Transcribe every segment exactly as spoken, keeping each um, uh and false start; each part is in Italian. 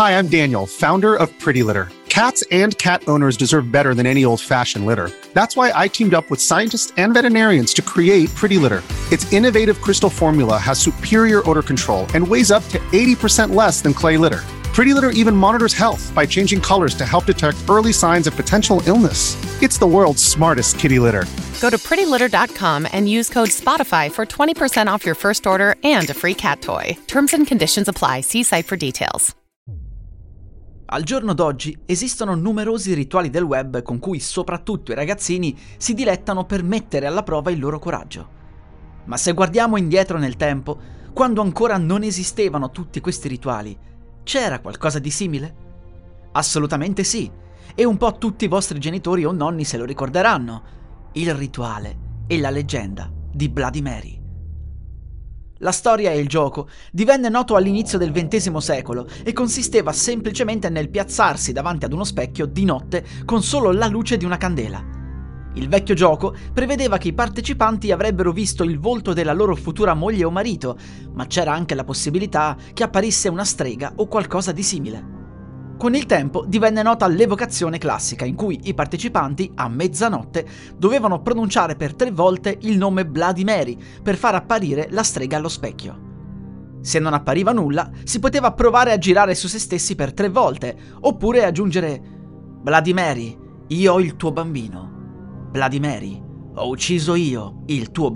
Hi, I'm Daniel, founder of Pretty Litter. Cats and cat owners deserve better than any old-fashioned litter. That's why I teamed up with scientists and veterinarians to create Pretty Litter. Its innovative crystal formula has superior odor control and weighs up to eighty percent less than clay litter. Pretty Litter even monitors health by changing colors to help detect early signs of potential illness. It's the world's smartest kitty litter. Go to pretty litter dot com and use code SPOTIFY for twenty percent off your first order and a free cat toy. Terms and conditions apply. See site for details. Al giorno d'oggi esistono numerosi rituali del web con cui soprattutto i ragazzini si dilettano per mettere alla prova il loro coraggio. Ma se guardiamo indietro nel tempo, quando ancora non esistevano tutti questi rituali, c'era qualcosa di simile? Assolutamente sì, e un po' tutti i vostri genitori o nonni se lo ricorderanno. Il rituale e la leggenda di Bloody Mary. La storia e il gioco divenne noto all'inizio del ventesimo secolo e consisteva semplicemente nel piazzarsi davanti ad uno specchio di notte con solo la luce di una candela. Il vecchio gioco prevedeva che i partecipanti avrebbero visto il volto della loro futura moglie o marito, ma c'era anche la possibilità che apparisse una strega o qualcosa di simile. Con il tempo divenne nota l'evocazione classica in cui i partecipanti, a mezzanotte, dovevano pronunciare per tre volte il nome Bloody Mary per far apparire la strega allo specchio. Se non appariva nulla, si poteva provare a girare su se stessi per tre volte, oppure aggiungere Bloody Mary, io ho il tuo bambino. Bloody Mary, ho ucciso io il tuo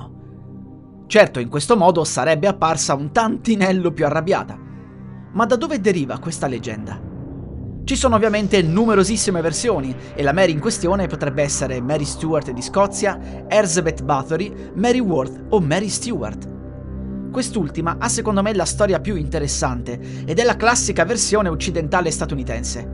bambino. Certo, in questo modo sarebbe apparsa un tantinello più arrabbiata. Ma da dove deriva questa leggenda? Ci sono ovviamente numerosissime versioni e la Mary in questione potrebbe essere Mary Stuart di Scozia, Elizabeth Bathory, Mary Worth o Mary Stuart. Quest'ultima ha secondo me la storia più interessante ed è la classica versione occidentale statunitense.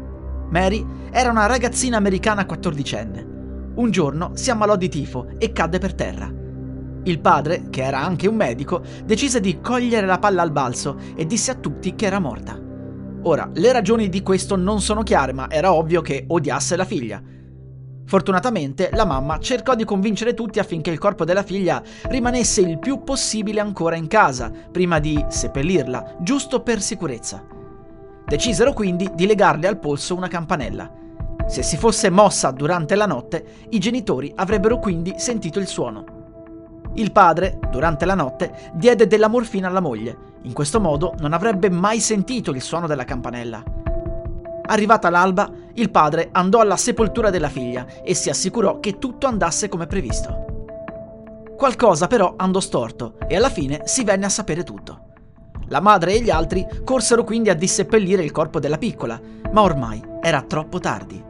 Mary era una ragazzina americana quattordicenne. Un giorno si ammalò di tifo e cadde per terra. Il padre, che era anche un medico, decise di cogliere la palla al balzo e disse a tutti che era morta. Ora, le ragioni di questo non sono chiare, ma era ovvio che odiasse la figlia. Fortunatamente, la mamma cercò di convincere tutti affinché il corpo della figlia rimanesse il più possibile ancora in casa, prima di seppellirla, giusto per sicurezza. Decisero quindi di legarle al polso una campanella. Se si fosse mossa durante la notte, i genitori avrebbero quindi sentito il suono. Il padre, durante la notte, diede della morfina alla moglie. In questo modo non avrebbe mai sentito il suono della campanella. Arrivata l'alba, il padre andò alla sepoltura della figlia e si assicurò che tutto andasse come previsto. Qualcosa però andò storto e alla fine si venne a sapere tutto. La madre e gli altri corsero quindi a disseppellire il corpo della piccola, ma ormai era troppo tardi.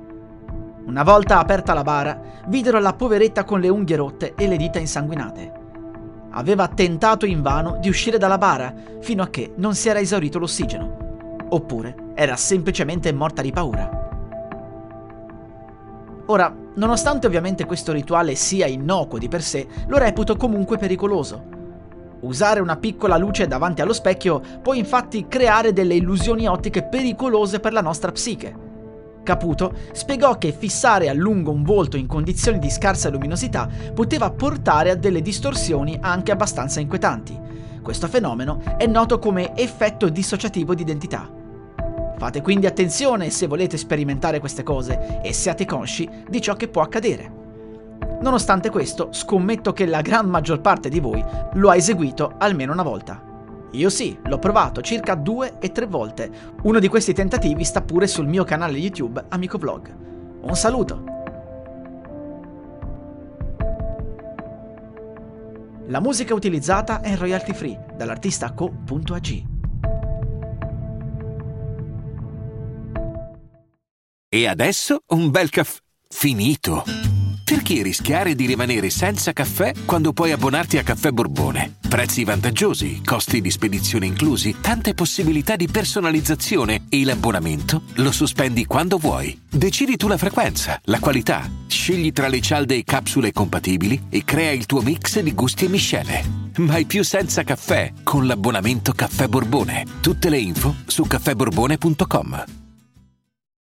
Una volta aperta la bara, videro la poveretta con le unghie rotte e le dita insanguinate. Aveva tentato invano di uscire dalla bara fino a che non si era esaurito l'ossigeno. Oppure era semplicemente morta di paura. Ora, nonostante ovviamente questo rituale sia innocuo di per sé, lo reputo comunque pericoloso. Usare una piccola luce davanti allo specchio può infatti creare delle illusioni ottiche pericolose per la nostra psiche. Caputo spiegò che fissare a lungo un volto in condizioni di scarsa luminosità poteva portare a delle distorsioni anche abbastanza inquietanti. Questo fenomeno è noto come effetto dissociativo di identità. Fate quindi attenzione se volete sperimentare queste cose e siate consci di ciò che può accadere. Nonostante questo, scommetto che la gran maggior parte di voi lo ha eseguito almeno una volta. Io sì, l'ho provato circa due e tre volte. Uno di questi tentativi sta pure sul mio canale YouTube Amico Vlog. Un saluto! La musica utilizzata è royalty free dall'artista co punto a g. E adesso un bel caffè finito. Perché rischiare di rimanere senza caffè quando puoi abbonarti a Caffè Borbone? Prezzi vantaggiosi, costi di spedizione inclusi, tante possibilità di personalizzazione e l'abbonamento lo sospendi quando vuoi. Decidi tu la frequenza, la qualità, scegli tra le cialde e capsule compatibili e crea il tuo mix di gusti e miscele. Mai più senza caffè con l'abbonamento Caffè Borbone. Tutte le info su caffè borbone punto com.